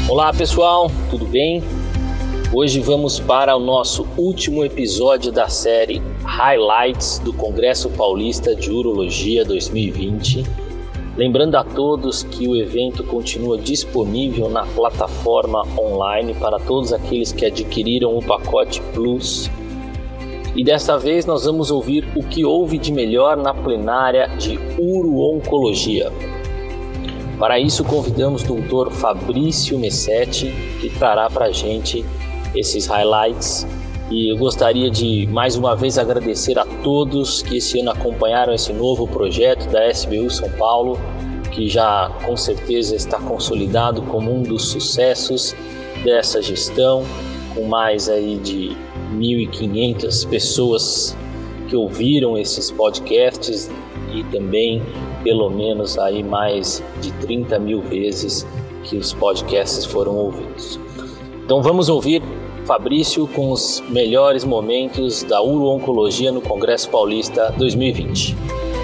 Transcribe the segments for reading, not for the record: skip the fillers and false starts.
Olá pessoal, tudo bem? Hoje vamos para o nosso último episódio da série Highlights do Congresso Paulista de Urologia 2020. Lembrando a todos que o evento continua disponível na plataforma online para todos aqueles que adquiriram o pacote Plus. E desta vez nós vamos ouvir o que houve de melhor na plenária de Uro-Oncologia. Para isso convidamos o Dr. Fabrício Messetti, que trará para a gente esses highlights. E eu gostaria de mais uma vez agradecer a todos que esse ano acompanharam esse novo projeto da SBU São Paulo, que já com certeza está consolidado como um dos sucessos dessa gestão, com mais aí de 1.500 pessoas que ouviram esses podcasts e também pelo menos aí mais de 30 mil vezes que os podcasts foram ouvidos. Então vamos ouvir Fabrício com os melhores momentos da Uro-Oncologia no Congresso Paulista 2020.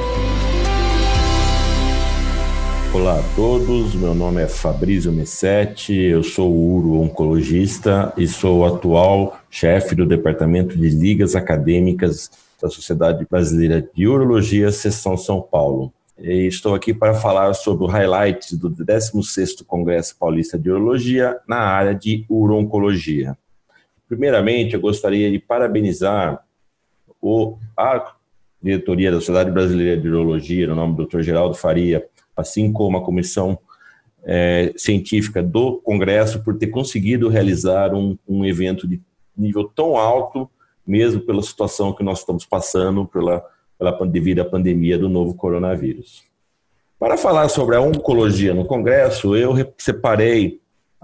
Olá a todos, meu nome é Fabrício Messetti, eu sou uro-oncologista e sou o atual chefe do Departamento de Ligas Acadêmicas da Sociedade Brasileira de Urologia, Seção São Paulo. E estou aqui para falar sobre o highlight do 16º Congresso Paulista de Urologia na área de uro-oncologia. Primeiramente, eu gostaria de parabenizar a diretoria da Sociedade Brasileira de Urologia, no nome do Dr. Geraldo Faria, assim como a comissão científica do Congresso, por ter conseguido realizar um evento de nível tão alto, mesmo pela situação que nós estamos passando, devido à pandemia do novo coronavírus. Para falar sobre a oncologia no Congresso, eu separei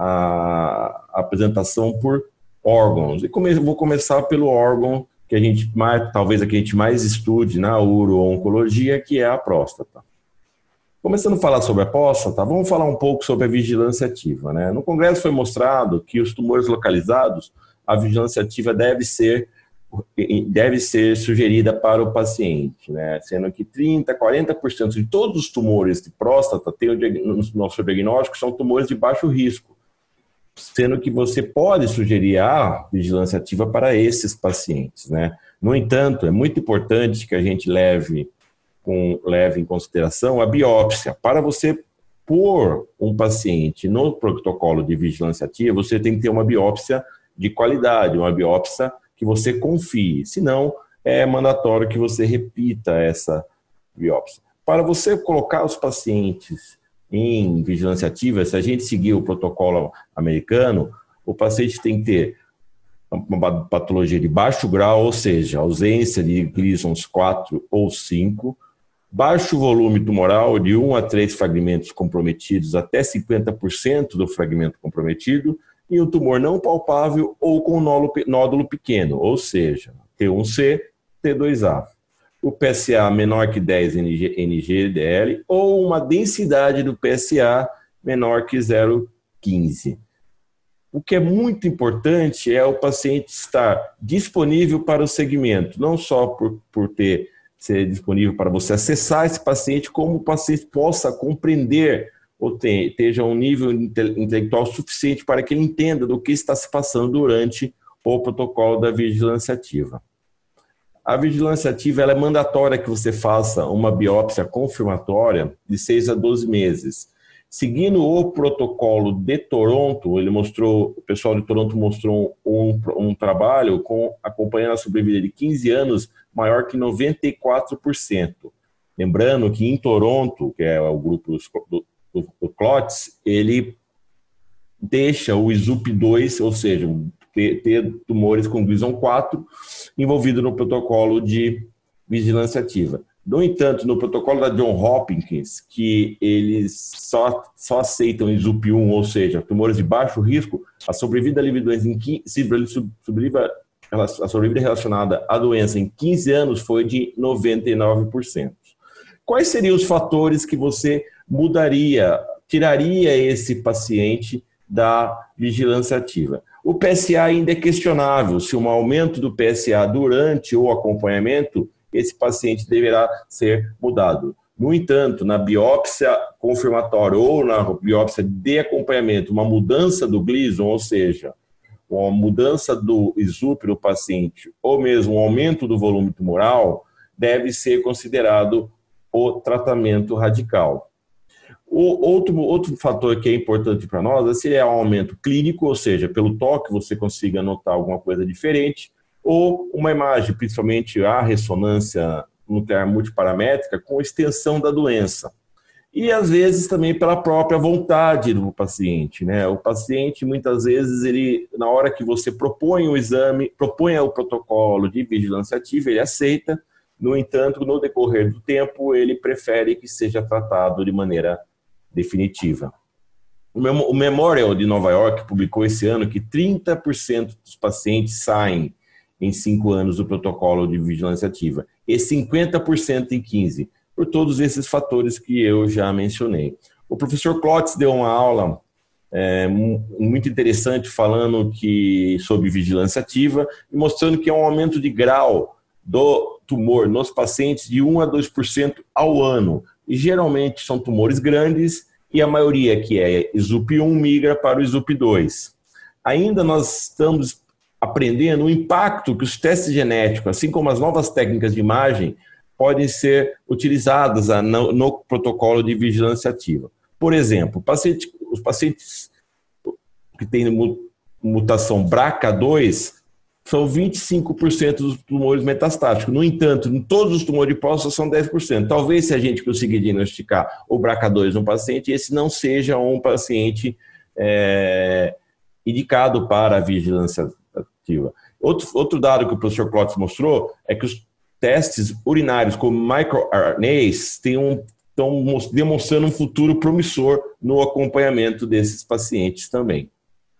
a apresentação por órgãos. E vou começar pelo órgão que a gente mais estude na uro-oncologia, que é a próstata. Começando a falar sobre a próstata, vamos falar um pouco sobre a vigilância ativa, né? No Congresso foi mostrado que os tumores localizados, a vigilância ativa deve ser sugerida para o paciente, né? Sendo que 30% a 40% de todos os tumores de próstata no nosso diagnóstico são tumores de baixo risco, sendo que você pode sugerir a vigilância ativa para esses pacientes, né? No entanto, é muito importante que a gente leve em consideração a biópsia. Para você pôr um paciente no protocolo de vigilância ativa, você tem que ter uma biópsia de qualidade, uma biópsia que você confie, senão é mandatório que você repita essa biópsia. Para você colocar os pacientes em vigilância ativa, se a gente seguir o protocolo americano, o paciente tem que ter uma patologia de baixo grau, ou seja, ausência de Gleason's 4 ou 5, baixo volume tumoral de 1 a 3 fragmentos comprometidos até 50% do fragmento comprometido, e um tumor não palpável ou com nódulo pequeno, ou seja, T1C, T2A. O PSA menor que 10 NGDL ou uma densidade do PSA menor que 0,15. O que é muito importante é o paciente estar disponível para o segmento, não só por ser disponível para você acessar esse paciente, como o paciente possa compreender ou esteja um nível intelectual suficiente para que ele entenda do que está se passando durante o protocolo da vigilância ativa. A vigilância ativa ela é mandatória que você faça uma biópsia confirmatória de 6 a 12 meses. Seguindo o protocolo de Toronto, o pessoal de Toronto mostrou um trabalho acompanhando a sobrevida de 15 anos maior que 94%. Lembrando que em Toronto, que é o grupo do CLOTS, ele deixa o ISUP2, ou seja, ter tumores com Gleason 4 envolvido no protocolo de vigilância ativa. No entanto, no protocolo da Johns Hopkins, que eles só aceitam ISUP1, ou seja, tumores de baixo risco, a sobrevida relacionada à doença em 15 anos foi de 99%. Quais seriam os fatores que você tiraria esse paciente da vigilância ativa? O PSA ainda é questionável. Se um aumento do PSA durante o acompanhamento, esse paciente deverá ser mudado. No entanto, na biópsia confirmatória ou na biópsia de acompanhamento, uma mudança do Gleason, ou seja, uma mudança do ISUP do paciente, ou mesmo um aumento do volume tumoral, deve ser considerado o tratamento radical. O outro fator que é importante para nós é se é um aumento clínico, ou seja, pelo toque você consiga notar alguma coisa diferente, ou uma imagem, principalmente a ressonância nuclear multiparamétrica, com extensão da doença. E, às vezes, também pela própria vontade do paciente, né? O paciente, muitas vezes, ele, na hora que você propõe o exame, propõe o protocolo de vigilância ativa, ele aceita. No entanto, no decorrer do tempo, ele prefere que seja tratado de maneira definitiva. O Memorial de Nova York publicou esse ano que 30% dos pacientes saem em 5 anos do protocolo de vigilância ativa e 50% em 15, por todos esses fatores que eu já mencionei. O professor Klotz deu uma aula muito interessante falando sobre vigilância ativa e mostrando que é um aumento de grau do tumor nos pacientes de 1 a 2% ao ano. E geralmente são tumores grandes e a maioria que é ISUP1 migra para o ISUP2. Ainda nós estamos aprendendo o impacto que os testes genéticos, assim como as novas técnicas de imagem, podem ser utilizadas no protocolo de vigilância ativa. Por exemplo, os pacientes que têm mutação BRCA2 são 25% dos tumores metastáticos. No entanto, em todos os tumores de próstata são 10%. Talvez, se a gente conseguir diagnosticar o BRCA2 no paciente, esse não seja um paciente indicado para a vigilância ativa. Outro dado que o professor Klotz mostrou é que os testes urinários como microRNAs estão demonstrando um futuro promissor no acompanhamento desses pacientes também.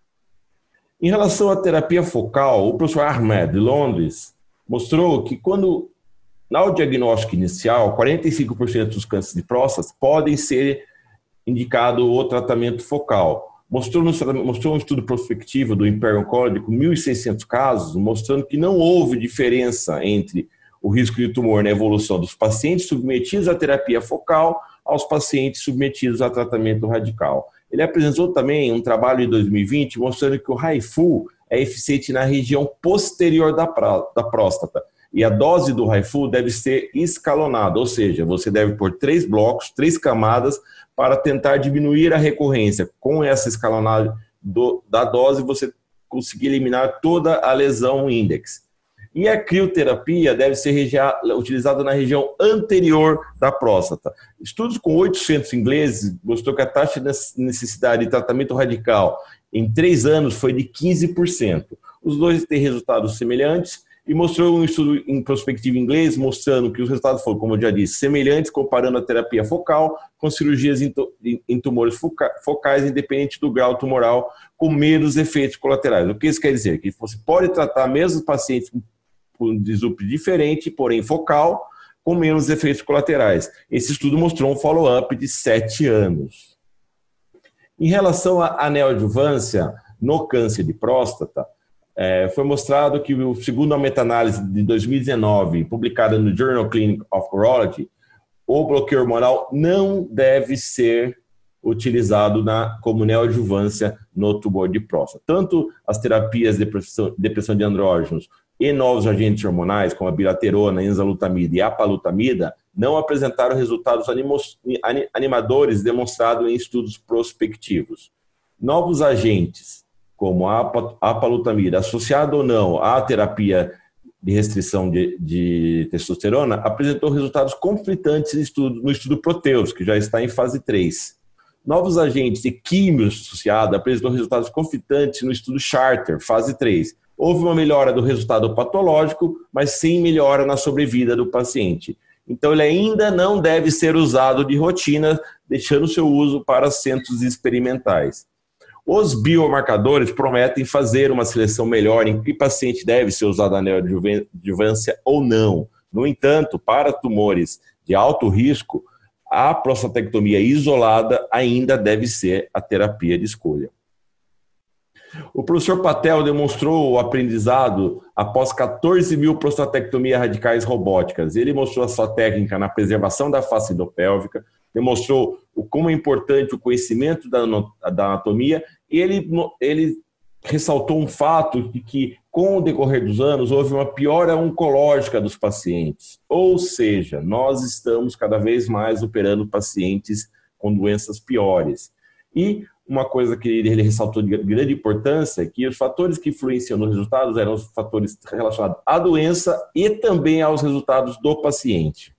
Em relação à terapia focal, o professor Ahmed, de Londres, mostrou que quando, no diagnóstico inicial, 45% dos cânceres de próstata podem ser indicado o tratamento focal. Mostrou um estudo prospectivo do Imperial College com 1.600 casos, mostrando que não houve diferença entre o risco de tumor na evolução dos pacientes submetidos à terapia focal aos pacientes submetidos a tratamento radical. Ele apresentou também um trabalho em 2020 mostrando que o HIFU é eficiente na região posterior da próstata. E a dose do HIFU deve ser escalonada, ou seja, você deve pôr 3 blocos, 3 camadas, para tentar diminuir a recorrência. Com essa escalonagem da dose, você conseguir eliminar toda a lesão index. E a crioterapia deve ser utilizada na região anterior da próstata. Estudos com 800 ingleses mostrou que a taxa de necessidade de tratamento radical em 3 anos foi de 15%. Os dois têm resultados semelhantes e mostrou um estudo em prospectivo inglês mostrando que os resultados foram, como eu já disse, semelhantes comparando a terapia focal com cirurgias em tumores focais, independente do grau tumoral, com menos efeitos colaterais. O que isso quer dizer? Que você pode tratar mesmo pacientes com ISUP diferente, porém focal, com menos efeitos colaterais. Esse estudo mostrou um follow-up de 7 anos. Em relação à neoadjuvância no câncer de próstata, foi mostrado que, segundo a meta-análise de 2019, publicada no Journal Clinical of Urology, o bloqueio hormonal não deve ser utilizado como neoadjuvância no tumor de próstata. Tanto as terapias de depressão de andrógenos e novos agentes hormonais, como a bilaterona, enzalutamida e apalutamida, não apresentaram resultados animadores demonstrados em estudos prospectivos. Novos agentes, como a apalutamida, associado ou não à terapia de restrição de testosterona, apresentou resultados conflitantes no estudo Proteus, que já está em fase 3. Novos agentes e químicos associados apresentou resultados conflitantes no estudo Charter, fase 3. Houve uma melhora do resultado patológico, mas sem melhora na sobrevida do paciente. Então, ele ainda não deve ser usado de rotina, deixando seu uso para centros experimentais. Os biomarcadores prometem fazer uma seleção melhor em que paciente deve ser usado a neoadjuvância ou não. No entanto, para tumores de alto risco, a prostatectomia isolada ainda deve ser a terapia de escolha. O professor Patel demonstrou o aprendizado após 14 mil prostatectomias radicais robóticas. Ele mostrou a sua técnica na preservação da face endopélvica, demonstrou como é importante o conhecimento da anatomia, e ele ressaltou um fato de que, com o decorrer dos anos, houve uma piora oncológica dos pacientes. Ou seja, nós estamos cada vez mais operando pacientes com doenças piores. E uma coisa que ele ressaltou de grande importância é que os fatores que influenciam nos resultados eram os fatores relacionados à doença e também aos resultados do paciente.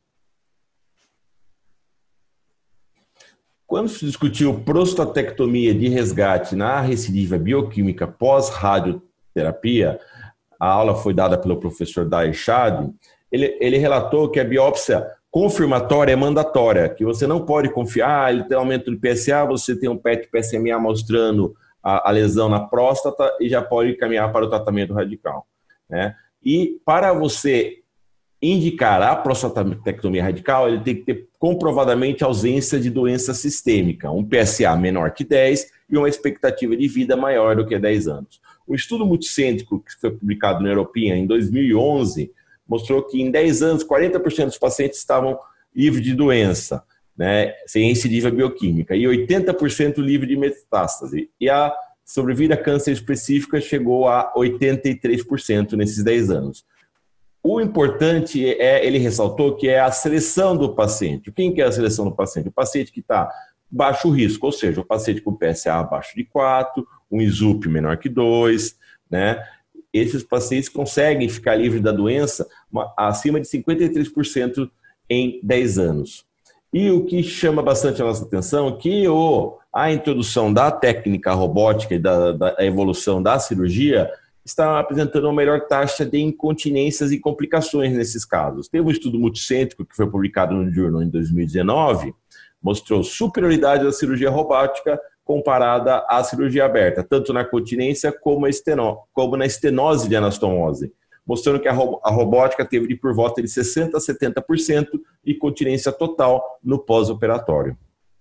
Quando se discutiu prostatectomia de resgate na recidiva bioquímica pós-radioterapia, a aula foi dada pelo professor Dair Chad, ele relatou que a biópsia confirmatória é mandatória, que você não pode confiar, ele tem aumento de PSA, você tem um PET-PSMA mostrando a lesão na próstata e já pode caminhar para o tratamento radical, né? E para você indicar a prostatectomia radical, ele tem que ter comprovadamente ausência de doença sistêmica, um PSA menor que 10 e uma expectativa de vida maior do que 10 anos. Um estudo multicêntrico que foi publicado na European em 2011 mostrou que em 10 anos 40% dos pacientes estavam livres de doença, né, sem recidiva bioquímica, e 80% livre de metástase. E a sobrevida a câncer específica chegou a 83% nesses 10 anos. O importante ele ressaltou que é a seleção do paciente. Quem que é a seleção do paciente? O paciente que está baixo risco, ou seja, o paciente com PSA abaixo de 4, um ISUP menor que 2, né? Esses pacientes conseguem ficar livres da doença acima de 53% em 10 anos. E o que chama bastante a nossa atenção é que a introdução da técnica robótica e da evolução da cirurgia está apresentando uma melhor taxa de incontinências e complicações nesses casos. Teve um estudo multicêntrico que foi publicado no Journal em 2019, mostrou superioridade da cirurgia robótica comparada à cirurgia aberta, tanto na continência como na estenose de anastomose, mostrando que a robótica teve de por volta de 60% a 70% de continência total no pós-operatório.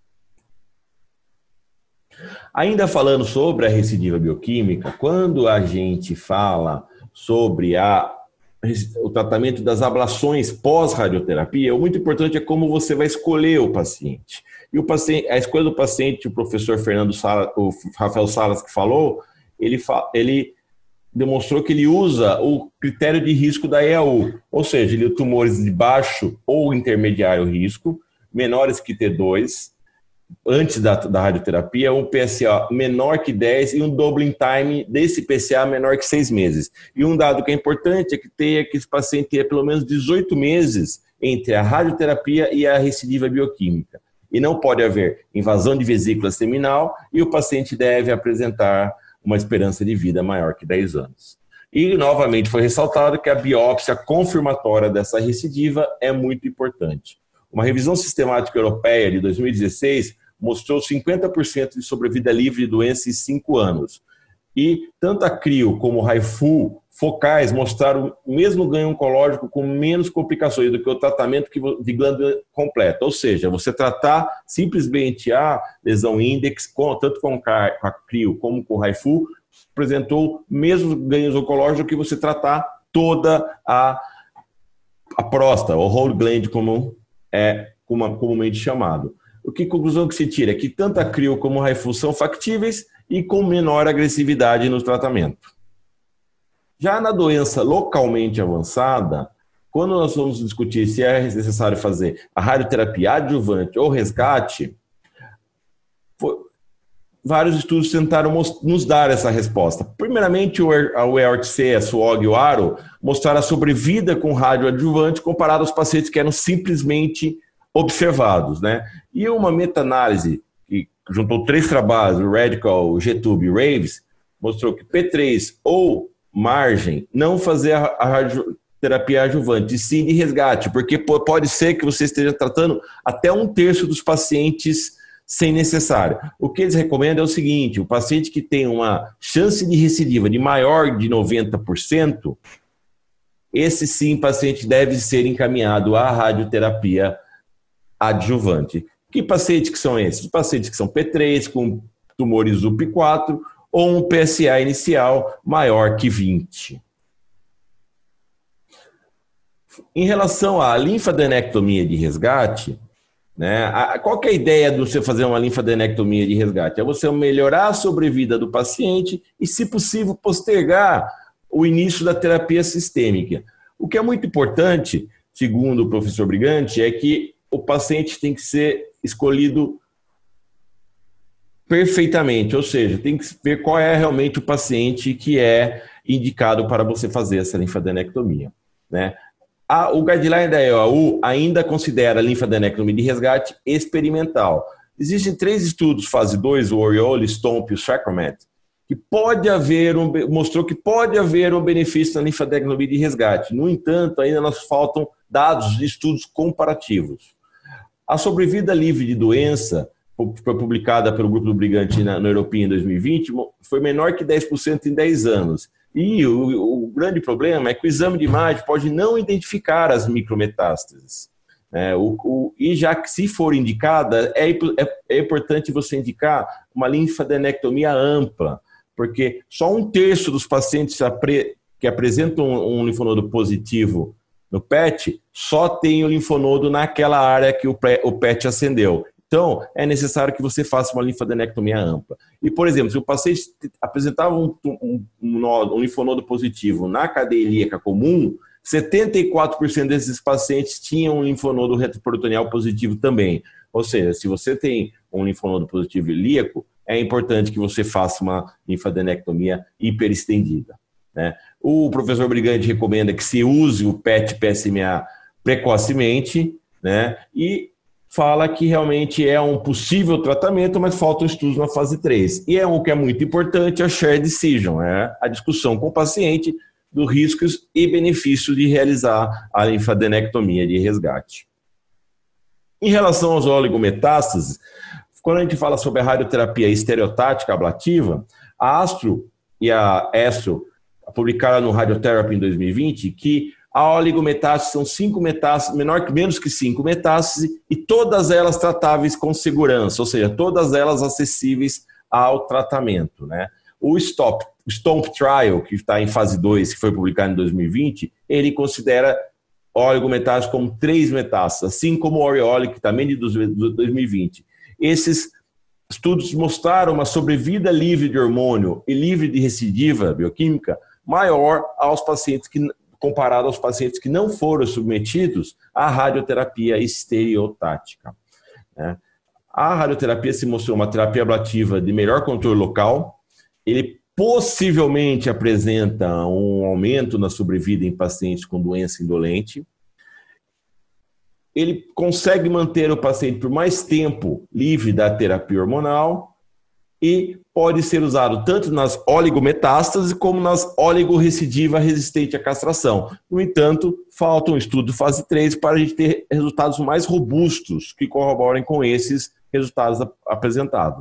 Ainda falando sobre a recidiva bioquímica, quando a gente fala sobre o tratamento das ablações pós-radioterapia, o muito importante é como você vai escolher o paciente. E a escolha do paciente, o professor o Rafael Salas que falou, ele demonstrou que ele usa o critério de risco da EAU, ou seja, ele tumores de baixo ou intermediário risco, menores que T2, antes da radioterapia, um PSA menor que 10 e um doubling time desse PSA menor que 6 meses. E um dado que é importante é que esse paciente tenha pelo menos 18 meses entre a radioterapia e a recidiva bioquímica. E não pode haver invasão de vesícula seminal e o paciente deve apresentar uma esperança de vida maior que 10 anos. E, novamente, foi ressaltado que a biópsia confirmatória dessa recidiva é muito importante. Uma revisão sistemática europeia de 2016 mostrou 50% de sobrevida livre de doença em 5 anos. E tanto a CRIO como o HIFU focais mostraram o mesmo ganho oncológico com menos complicações do que o tratamento de glândula completa. Ou seja, você tratar simplesmente a lesão index, tanto com a CRIO como com o HIFU, apresentou mesmos ganhos oncológicos do que você tratar toda a próstata, ou whole gland, como é comumente chamado. Que conclusão que se tira? Que tanto a CRIO como o HIFU são factíveis e com menor agressividade no tratamento. Já na doença localmente avançada, quando nós vamos discutir se é necessário fazer a radioterapia adjuvante ou resgate, vários estudos tentaram nos dar essa resposta. Primeiramente, o EORTC, a SWOG e o ARO mostraram a sobrevida com radioadjuvante comparado aos pacientes que eram simplesmente observados, né? E uma meta-análise que juntou 3 trabalhos, o Radical, o GTube e o RAVES, mostrou que P3 ou margem não fazer a radioterapia adjuvante, e sim de resgate, porque pode ser que você esteja tratando até 1/3 dos pacientes sem necessário. O que eles recomendam é o seguinte: o paciente que tem uma chance de recidiva de maior de 90%, esse sim paciente deve ser encaminhado à radioterapia adjuvante. Que pacientes que são esses? Os pacientes que são P3, com tumores UP4, ou um PSA inicial maior que 20. Em relação à linfadenectomia de resgate, né, qual que é a ideia de você fazer uma linfadenectomia de resgate? É você melhorar a sobrevida do paciente e, se possível, postergar o início da terapia sistêmica. O que é muito importante, segundo o professor Brigante, é que o paciente tem que ser escolhido perfeitamente, ou seja, tem que ver qual é realmente o paciente que é indicado para você fazer essa linfadenectomia, né? O guideline da EAU ainda considera a linfadenectomia de resgate experimental. Existem 3 estudos, fase 2, o Oriole, Stomp e o Sacrament, que mostrou que pode haver um benefício na linfadenectomia de resgate. No entanto, ainda nos faltam dados de estudos comparativos. A sobrevida livre de doença, foi publicada pelo grupo do Brigante no European em 2020, foi menor que 10% em 10 anos. E o grande problema é que o exame de imagem pode não identificar as micrometástases. E já que, se for indicada, é importante você indicar uma linfadenectomia ampla, porque só 1/3 dos pacientes que apresentam um linfonodo positivo no PET só tem o linfonodo naquela área que o PET acendeu. Então, é necessário que você faça uma linfadenectomia ampla. E, por exemplo, se o paciente apresentava um linfonodo positivo na cadeia ilíaca comum, 74% desses pacientes tinham um linfonodo retroperitoneal positivo também. Ou seja, se você tem um linfonodo positivo ilíaco, é importante que você faça uma linfadenectomia hiperestendida, né? O professor Brigante recomenda que se use o PET-PSMA precocemente, né? E fala que realmente é um possível tratamento, mas faltam estudos na fase 3. E o que é muito importante, a share decision, a discussão com o paciente dos riscos e benefícios de realizar a linfadenectomia de resgate. Em relação aos oligometástases, quando a gente fala sobre a radioterapia estereotática ablativa, a Astro e a ESTRO publicaram no Radiotherapy em 2020 que a oligometástase são 5 metástases, menos que 5 metástases, e todas elas tratáveis com segurança, ou seja, todas elas acessíveis ao tratamento, né? O STOMP Trial, que está em fase 2, que foi publicado em 2020, ele considera oligometástase como 3 metástases, assim como o Oriole, que também é de 2020. Esses estudos mostraram uma sobrevida livre de hormônio e livre de recidiva bioquímica maior comparado aos pacientes que não foram submetidos à radioterapia estereotática, né? A radioterapia se mostrou uma terapia ablativa de melhor controle local. Ele possivelmente apresenta um aumento na sobrevida em pacientes com doença indolente. Ele consegue manter o paciente por mais tempo livre da terapia hormonal e pode ser usado tanto nas oligometástases como nas oligorecidiva resistente à castração. No entanto, falta um estudo de fase 3 para a gente ter resultados mais robustos que corroborem com esses resultados apresentados.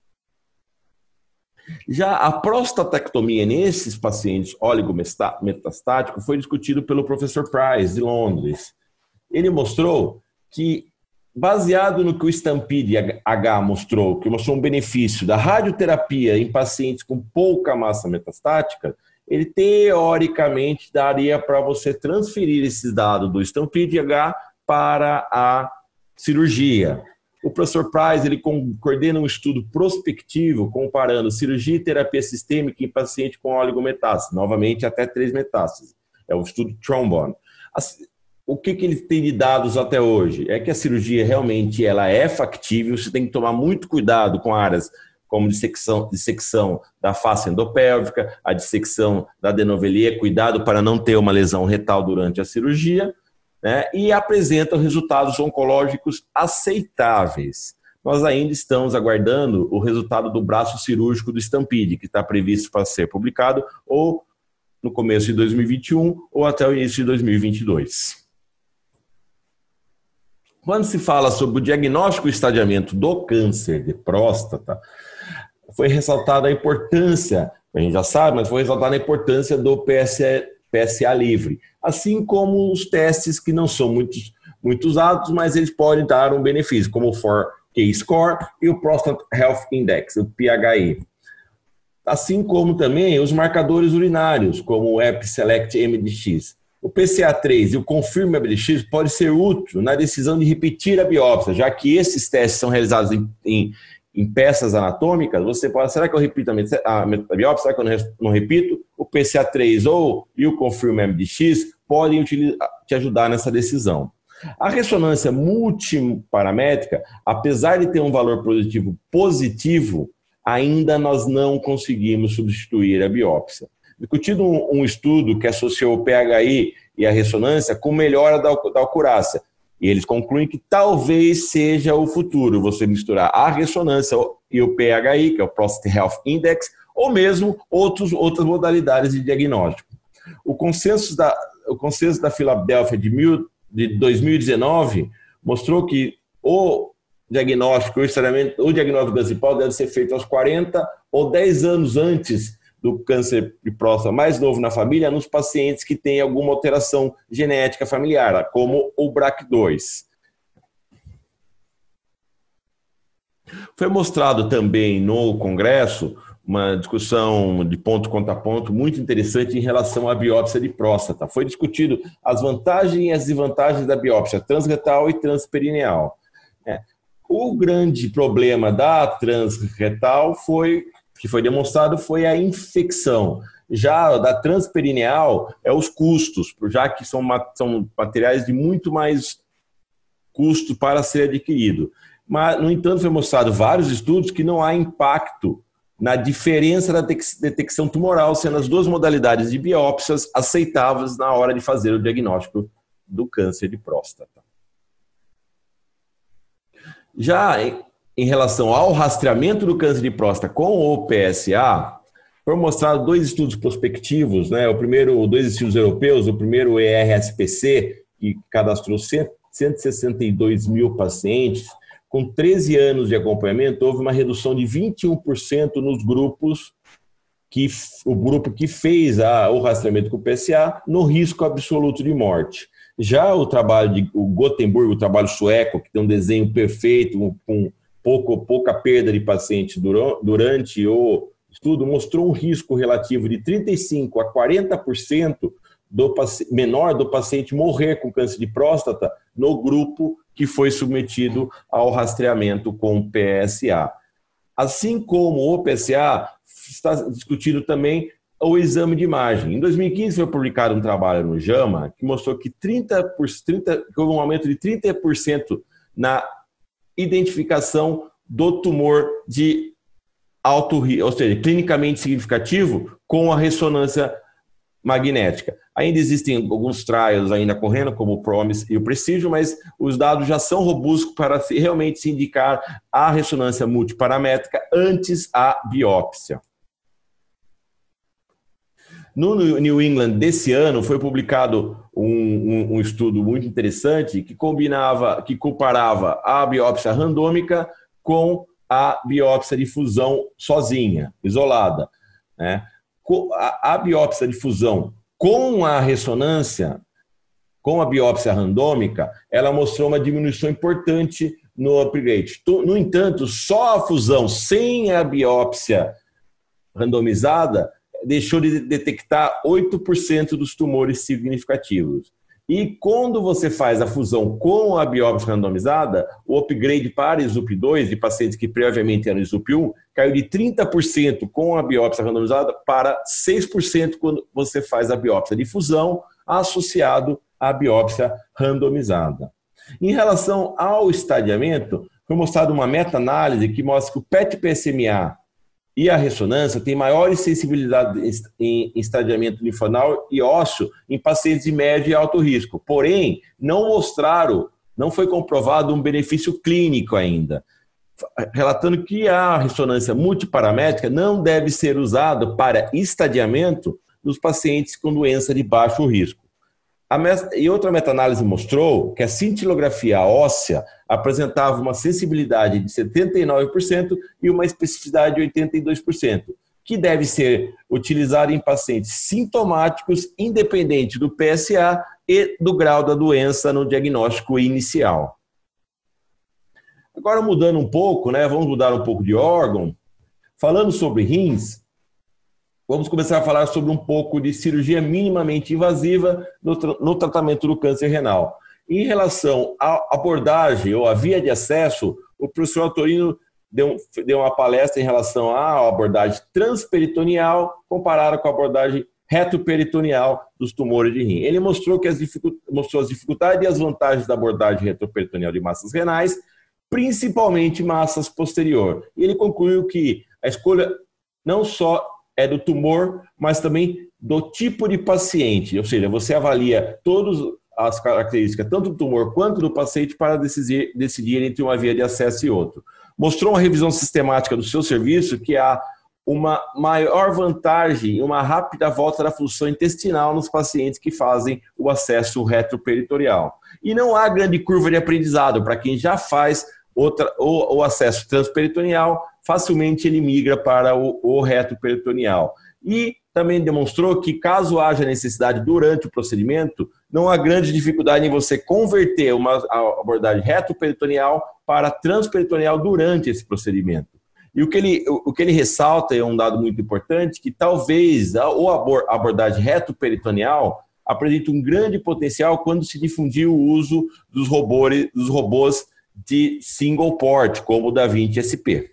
Já a prostatectomia nesses pacientes oligometastáticos foi discutido pelo professor Price, de Londres. Ele mostrou que, baseado no que o STAMPEDE-H mostrou, que mostrou um benefício da radioterapia em pacientes com pouca massa metastática, ele teoricamente daria para você transferir esses dados do STAMPEDE-H para a cirurgia. O professor Price ele coordena um estudo prospectivo comparando cirurgia e terapia sistêmica em paciente com oligometástase, novamente até 3 metástases. É o estudo Trombone. O que ele tem de dados até hoje? É que a cirurgia realmente ela é factível, você tem que tomar muito cuidado com áreas como dissecção da face endopélvica, a dissecção da adenovelia, cuidado para não ter uma lesão retal durante a cirurgia, né? E apresenta resultados oncológicos aceitáveis. Nós ainda estamos aguardando o resultado do braço cirúrgico do STAMPEDE, que está previsto para ser publicado ou no começo de 2021 ou até o início de 2022. Quando se fala sobre o diagnóstico e estadiamento do câncer de próstata, foi ressaltada a importância, a gente já sabe, mas foi ressaltada a importância do PSA livre, assim como os testes que não são muito usados, mas eles podem dar um benefício, como o 4K Score e o Prostate Health Index, o PHI. assim como também os marcadores urinários, como o EpiSelect MDX. O PCA3 e o Confirm MDX pode ser útil na decisão de repetir a biópsia, já que esses testes são realizados em peças anatômicas. Você pode, será que eu repito a biópsia? Será que eu não repito? O PCA3 e o Confirm MDX podem te ajudar nessa decisão. A ressonância multiparamétrica, apesar de ter um valor positivo positivo, ainda nós não conseguimos substituir a biópsia. Discutido um estudo que associou o PHI e a ressonância com melhora da acurácia. E eles concluem que talvez seja o futuro você misturar a ressonância e o PHI, que é o Prostate Health Index, ou mesmo outras modalidades de diagnóstico. O consenso da Filadélfia de 2019 mostrou que o diagnóstico do câncer de próstata deve ser feito aos 40 ou 10 anos antes do câncer de próstata mais novo na família, nos pacientes que têm alguma alteração genética familiar, como o BRCA2. Foi mostrado também no Congresso uma discussão de ponto contra ponto muito interessante em relação à biópsia de próstata. Foi discutido as vantagens e as desvantagens da biópsia transretal e transperineal. O grande problema da transretal que foi demonstrado foi a infecção. Já da transperineal os custos, já que são materiais de muito mais custo para ser adquirido. Mas, no entanto, foi mostrado vários estudos que não há impacto na diferença da detecção tumoral, sendo as duas modalidades de biópsias aceitáveis na hora de fazer o diagnóstico do câncer de próstata. Já em relação ao rastreamento do câncer de próstata com o PSA, foram mostrados 2 estudos prospectivos, né? Dois estudos europeus, o primeiro o ERSPC, que cadastrou 162 mil pacientes, com 13 anos de acompanhamento, houve uma redução de 21% nos grupos, o grupo que fez o rastreamento com o PSA, no risco absoluto de morte. Já o trabalho o Gothenburg, o trabalho sueco, que tem um desenho perfeito, com pouca perda de pacientes durante o estudo, mostrou um risco relativo de 35% a 40% menor do paciente morrer com câncer de próstata no grupo que foi submetido ao rastreamento com PSA. Assim como o PSA, está discutido também o exame de imagem. Em 2015 foi publicado um trabalho no JAMA que mostrou que houve um aumento de 30% na identificação do tumor de alto risco, ou seja, clinicamente significativo, com a ressonância magnética. Ainda existem alguns trials ainda correndo, como o PROMISE e o Precision, mas os dados já são robustos para realmente se indicar a ressonância multiparamétrica antes a biópsia. No New England desse ano foi publicado um estudo muito interessante que comparava a biópsia randômica com a biópsia de fusão sozinha, isolada, né? A biópsia de fusão com a ressonância, com a biópsia randômica, ela mostrou uma diminuição importante no upgrade. No entanto, só a fusão sem a biópsia randomizada deixou de detectar 8% dos tumores significativos. E quando você faz a fusão com a biópsia randomizada, o upgrade para ISUP2, de pacientes que previamente eram ISUP1, caiu de 30% com a biópsia randomizada para 6% quando você faz a biópsia de fusão associado à biópsia randomizada. Em relação ao estadiamento, foi mostrada uma meta-análise que mostra que o PET-PSMA e a ressonância tem maior sensibilidade em estadiamento linfonal e ósseo em pacientes de médio e alto risco. Porém, não foi comprovado um benefício clínico ainda, relatando que a ressonância multiparamétrica não deve ser usada para estadiamento nos pacientes com doença de baixo risco. E outra meta-análise mostrou que a cintilografia óssea apresentava uma sensibilidade de 79% e uma especificidade de 82%, que deve ser utilizada em pacientes sintomáticos, independente do PSA e do grau da doença no diagnóstico inicial. Agora, mudando um pouco, né, vamos mudar um pouco de órgão. Falando sobre rins, vamos começar a falar sobre um pouco de cirurgia minimamente invasiva no tratamento do câncer renal. Em relação à abordagem ou à via de acesso, o professor Autorino deu uma palestra em relação à abordagem transperitoneal comparada com a abordagem retroperitoneal dos tumores de rim. Ele mostrou mostrou as dificuldades e as vantagens da abordagem retroperitoneal de massas renais, principalmente massas posterior. E ele concluiu que a escolha não só é do tumor, mas também do tipo de paciente. Ou seja, você avalia todas as características, tanto do tumor quanto do paciente, para decidir entre uma via de acesso e outra. Mostrou uma revisão sistemática do seu serviço que há uma maior vantagem, uma rápida volta da função intestinal nos pacientes que fazem o acesso retroperitorial. E não há grande curva de aprendizado para quem já faz o acesso transperitoneal, facilmente ele migra para o retroperitoneal. E também demonstrou que, caso haja necessidade durante o procedimento, não há grande dificuldade em você converter a abordagem retroperitoneal para transperitoneal durante esse procedimento. E o que ele ressalta, é um dado muito importante, que talvez a abordagem retroperitoneal apresente um grande potencial quando se difundir o uso dos robôs de single port, como o da Da-Vinci SP.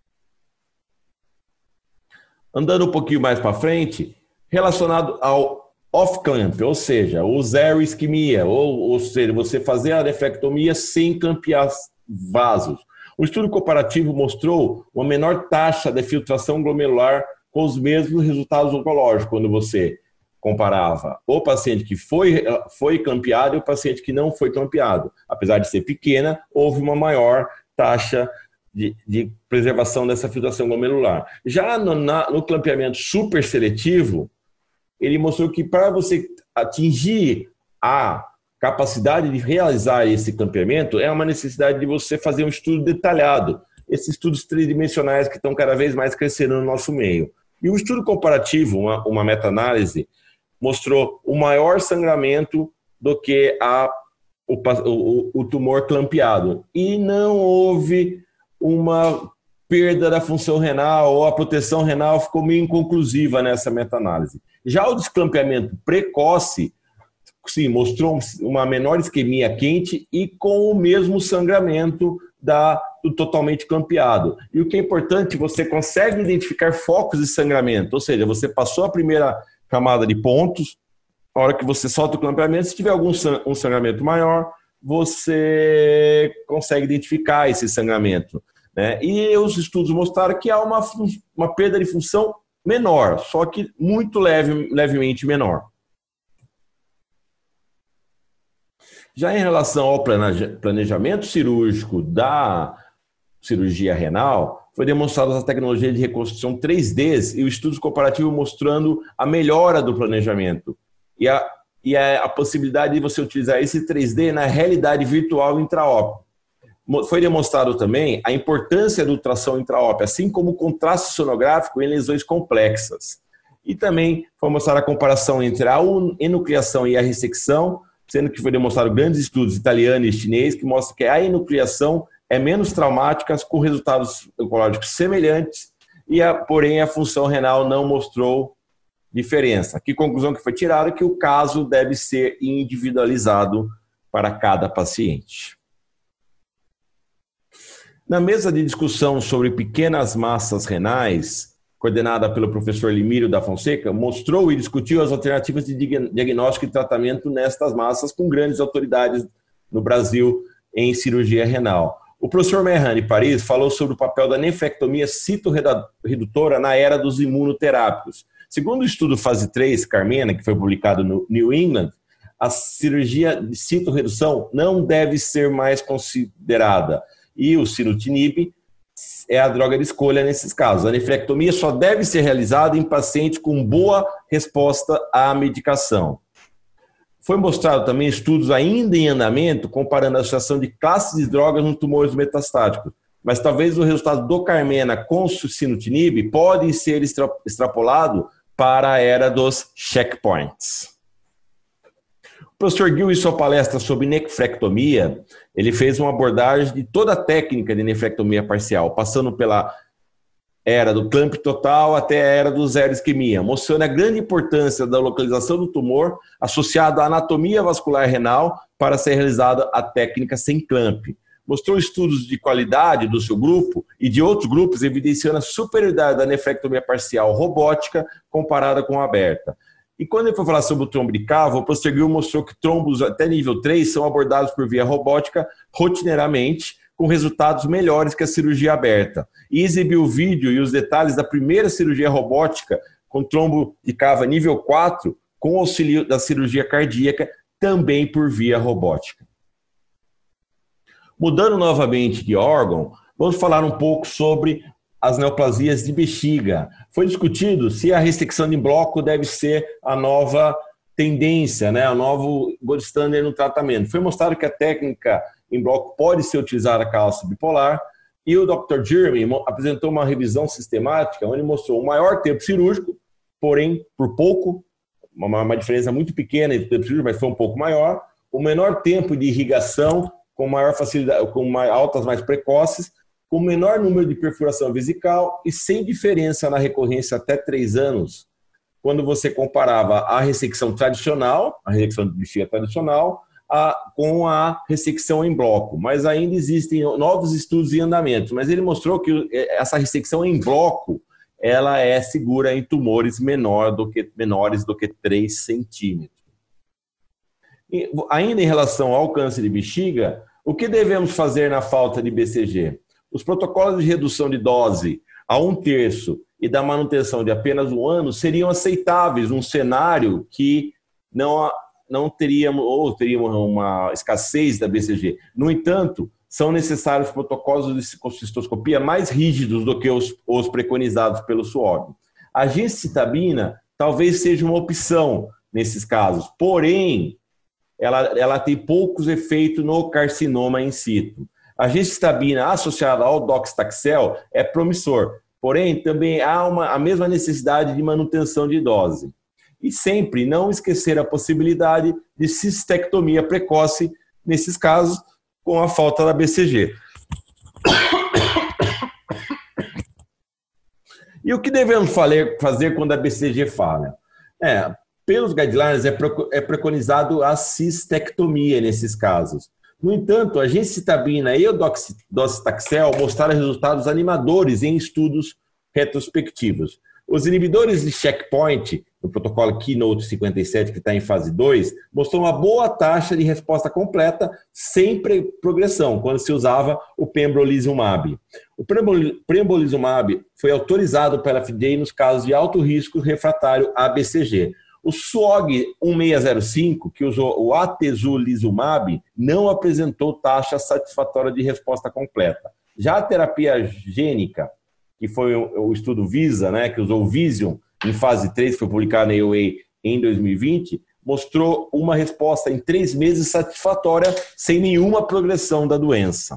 Andando um pouquinho mais para frente, relacionado ao off-clamp, ou seja, o zero isquemia, ou seja, você fazer a nefrectomia sem clampear vasos. O estudo comparativo mostrou uma menor taxa de filtração glomerular com os mesmos resultados oncológicos, quando você comparava o paciente que foi clampeado e o paciente que não foi clampeado. Apesar de ser pequena, houve uma maior taxa de preservação dessa filtração glomerular. Já no clampeamento super seletivo, ele mostrou que para você atingir a capacidade de realizar esse clampeamento, é uma necessidade de você fazer um estudo detalhado. Esses estudos tridimensionais que estão cada vez mais crescendo no nosso meio. E o estudo comparativo, uma meta-análise, mostrou o maior sangramento do que o tumor clampeado. E não houve uma perda da função renal, ou a proteção renal ficou meio inconclusiva nessa meta-análise. Já o desclampeamento precoce, sim, mostrou uma menor isquemia quente e com o mesmo sangramento do totalmente clampeado. E o que é importante, você consegue identificar focos de sangramento, ou seja, você passou a primeira camada de pontos, na hora que você solta o clampeamento, se tiver um sangramento maior, você consegue identificar esse sangramento, né? E os estudos mostraram que há uma perda de função menor, só que muito levemente menor. Já em relação ao planejamento cirúrgico da cirurgia renal, foi demonstrada a tecnologia de reconstrução 3D e o estudo comparativo mostrando a melhora do planejamento e a possibilidade de você utilizar esse 3D na realidade virtual intraop. Foi demonstrado também a importância da ultrassom intraop, assim como o contraste sonográfico em lesões complexas. E também foi mostrada a comparação entre a enucleação e a ressecção, sendo que foi demonstrado grandes estudos italiano e chinês que mostram que a enucleação é menos traumática, com resultados oncológicos semelhantes, porém a função renal não mostrou diferença. Que conclusão que foi tirada? Que o caso deve ser individualizado para cada paciente. Na mesa de discussão sobre pequenas massas renais, coordenada pelo professor Limírio da Fonseca, mostrou e discutiu as alternativas de diagnóstico e tratamento nestas massas com grandes autoridades no Brasil em cirurgia renal. O professor Mehran Paris falou sobre o papel da nefrectomia citorredutora na era dos imunoterápicos. Segundo o estudo fase 3, Carmena, que foi publicado no New England, a cirurgia de citorredução não deve ser mais considerada. E o sunitinib é a droga de escolha nesses casos. A nefrectomia só deve ser realizada em pacientes com boa resposta à medicação. Foi mostrado também estudos ainda em andamento comparando a associação de classes de drogas nos tumores metastáticos. Mas talvez o resultado do Carmena com o sunitinib pode ser extrapolado para a era dos checkpoints. O professor Gil, em sua palestra sobre nefrectomia, ele fez uma abordagem de toda a técnica de nefrectomia parcial, passando pela era do clamp total até a era do zero isquemia, mostrando a grande importância da localização do tumor associado à anatomia vascular renal para ser realizada a técnica sem clamp. Mostrou estudos de qualidade do seu grupo e de outros grupos, evidenciando a superioridade da nefrectomia parcial robótica comparada com a aberta. E quando ele foi falar sobre o trombo de cavo, o Postergil mostrou que trombos até nível 3 são abordados por via robótica rotineiramente, com resultados melhores que a cirurgia aberta. E exibiu o vídeo e os detalhes da primeira cirurgia robótica com trombo de cava nível 4, com auxílio da cirurgia cardíaca, também por via robótica. Mudando novamente de órgão, vamos falar um pouco sobre as neoplasias de bexiga. Foi discutido se a ressecção em bloco deve ser a nova tendência, né, o novo gold standard no tratamento. Foi mostrado que a técnica em bloco pode ser utilizada a cálcio bipolar, e o Dr. Jeremy apresentou uma revisão sistemática onde mostrou o maior tempo cirúrgico, porém por pouco, uma diferença muito pequena entre o tempo cirúrgico, mas foi um pouco maior, o menor tempo de irrigação com maior facilidade, com altas mais precoces, com menor número de perfuração vesical e sem diferença na recorrência até 3 anos, quando você comparava a ressecção tradicional, a ressecção de bexiga tradicional, com a ressecção em bloco. Mas ainda existem novos estudos em andamento. Mas ele mostrou que essa ressecção em bloco ela é segura em tumores menores do que 3 centímetros. E, ainda em relação ao câncer de bexiga, o que devemos fazer na falta de BCG? Os protocolos de redução de dose a 1/3 e da manutenção de apenas 1 ano seriam aceitáveis num cenário que não teríamos uma escassez da BCG. No entanto, são necessários protocolos de cistoscopia mais rígidos do que os preconizados pelo SWOG. A gemcitabina talvez seja uma opção nesses casos, porém, ela tem poucos efeitos no carcinoma in situ. A gemcitabina associada ao docetaxel é promissor, porém, também há a mesma necessidade de manutenção de dose. E sempre não esquecer a possibilidade de cistectomia precoce, nesses casos, com a falta da BCG. E o que devemos fazer quando a BCG falha? Pelos guidelines é preconizado a cistectomia nesses casos. No entanto, a gemcitabina e o docetaxel mostraram resultados animadores em estudos retrospectivos. Os inibidores de checkpoint, no protocolo Keynote 57, que está em fase 2, mostrou uma boa taxa de resposta completa sem progressão, quando se usava o pembrolizumab. O pembrolizumab foi autorizado pela FDA nos casos de alto risco refratário a BCG. O SWOG 1605, que usou o atezolizumab, não apresentou taxa satisfatória de resposta completa. Já a terapia gênica, que foi o estudo VISA, né, que usou o Vision em fase 3, que foi publicado na AOA em 2020, mostrou uma resposta em 3 meses satisfatória, sem nenhuma progressão da doença.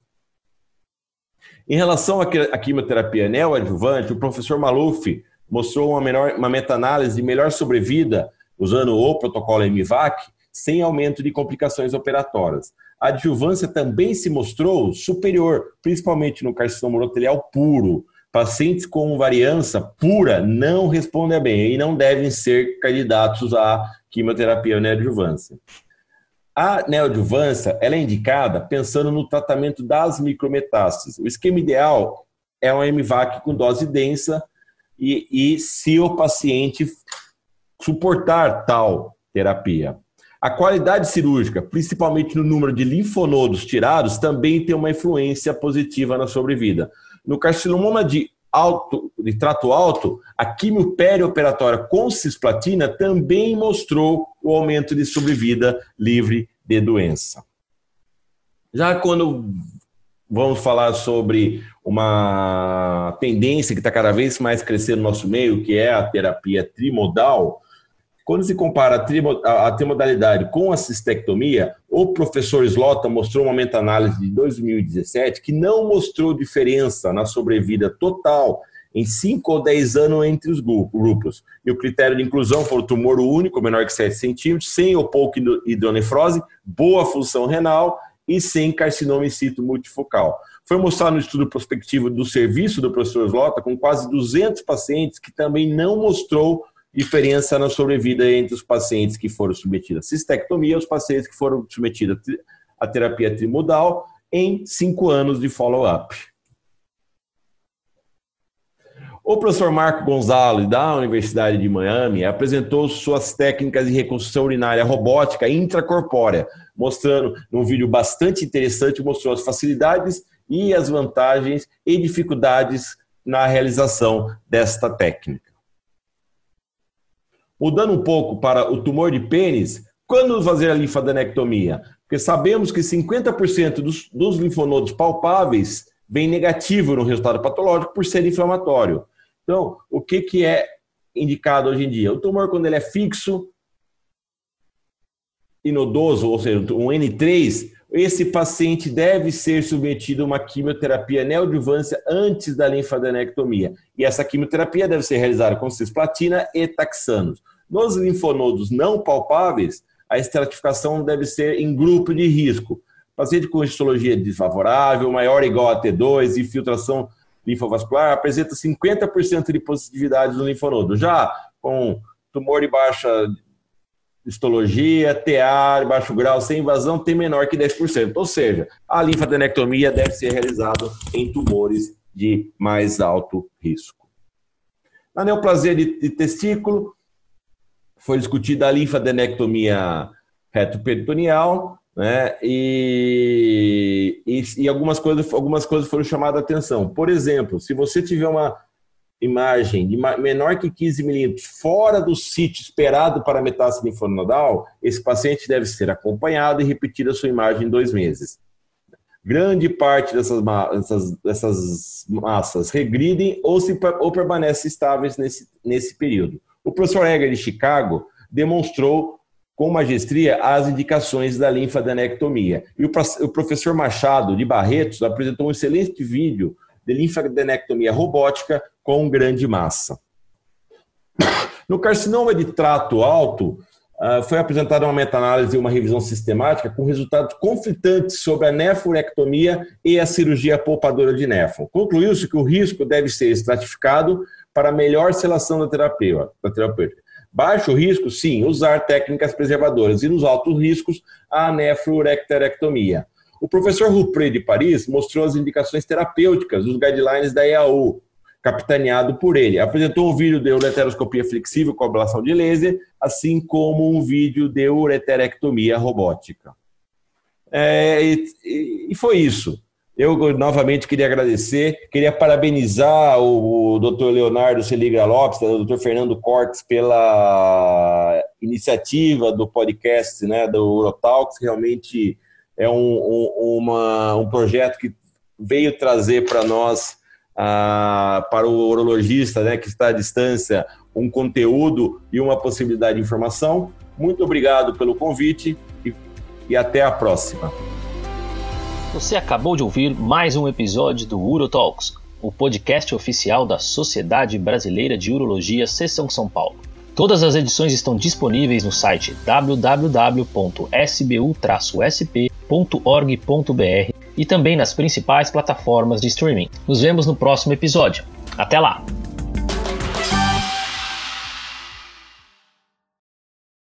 Em relação à quimioterapia neoadjuvante, o professor Maluf mostrou uma meta-análise de melhor sobrevida, usando o protocolo MVAC, sem aumento de complicações operatórias. A adjuvância também se mostrou superior, principalmente no carcinoma urotelial puro. Pacientes com variância pura não respondem bem e não devem ser candidatos à quimioterapia neoadjuvância. A neoadjuvância ela é indicada pensando no tratamento das micrometástases. O esquema ideal é um MVAC com dose densa e se o paciente suportar tal terapia. A qualidade cirúrgica, principalmente no número de linfonodos tirados, também tem uma influência positiva na sobrevida. No carcinoma de trato alto, a quimio perioperatória com cisplatina também mostrou o aumento de sobrevida livre de doença. Já quando vamos falar sobre uma tendência que está cada vez mais crescendo no nosso meio, que é a terapia trimodal, quando se compara a trimodalidade com a cistectomia, o professor Slota mostrou uma meta-análise de 2017 que não mostrou diferença na sobrevida total em 5 ou 10 anos entre os grupos. E o critério de inclusão foi o tumor único, menor que 7 centímetros, sem ou pouca hidronefrose, boa função renal e sem carcinoma in situ multifocal. Foi mostrado no estudo prospectivo do serviço do professor Slota, com quase 200 pacientes, que também não mostrou diferença na sobrevida entre os pacientes que foram submetidos à cistectomia e os pacientes que foram submetidos à terapia trimodal em 5 anos de follow-up. O professor Marco Gonzalez, da Universidade de Miami, apresentou suas técnicas de reconstrução urinária robótica intracorpórea, mostrando, num vídeo bastante interessante, mostrou as facilidades e as vantagens e dificuldades na realização desta técnica. Mudando um pouco para o tumor de pênis, quando fazer a linfadenectomia? Porque sabemos que 50% dos linfonodos palpáveis vem negativo no resultado patológico por ser inflamatório. Então, o que é indicado hoje em dia? O tumor, quando ele é fixo e nodoso, ou seja, um N3, esse paciente deve ser submetido a uma quimioterapia neoadjuvância antes da linfadenectomia. E essa quimioterapia deve ser realizada com cisplatina e taxanos. Nos linfonodos não palpáveis, a estratificação deve ser em grupo de risco. Paciente com histologia desfavorável, maior ou igual a T2, infiltração linfovascular, apresenta 50% de positividade no linfonodo. Já com tumor de baixa histologia, TA, de baixo grau, sem invasão, tem menor que 10%. Ou seja, a linfadenectomia deve ser realizada em tumores de mais alto risco. Na neoplasia de testículo, foi discutida a linfadenectomia retoperitoneal, né? E algumas coisas foram chamadas a atenção. Por exemplo, se você tiver uma imagem de menor que 15 milímetros fora do sítio esperado para metástase linfonodal, esse paciente deve ser acompanhado e repetir a sua imagem em 2 meses. Grande parte dessas massas regridem ou permanecem estáveis nesse período. O professor Egger de Chicago demonstrou com magistria as indicações da linfadenectomia. E o professor Machado de Barretos apresentou um excelente vídeo de linfadenectomia robótica com grande massa. No carcinoma de trato alto, foi apresentada uma meta-análise e uma revisão sistemática com resultados conflitantes sobre a nefrourectomia e a cirurgia poupadora de néfron. Concluiu-se que o risco deve ser estratificado para melhor seleção da terapêutica. Baixo risco, sim, usar técnicas preservadoras, e nos altos riscos, a nefrourecterectomia. O professor Rupré de Paris mostrou as indicações terapêuticas dos guidelines da EAU, capitaneado por ele. Apresentou um vídeo de ureteroscopia flexível com ablação de laser, assim como um vídeo de ureterectomia robótica. E foi isso. Eu novamente queria agradecer, queria parabenizar o Dr. Leonardo Seligra Lopes, o Dr. Fernando Cortes pela iniciativa do podcast, né, do Urotalks. Realmente é um projeto que veio trazer para nós, para o urologista, né, que está à distância, um conteúdo e uma possibilidade de informação. Muito obrigado pelo convite e até a próxima. Você acabou de ouvir mais um episódio do Urotalks, o podcast oficial da Sociedade Brasileira de Urologia, Seção São Paulo. Todas as edições estão disponíveis no site www.sbu-sp.org.br e também nas principais plataformas de streaming. Nos vemos no próximo episódio. Até lá!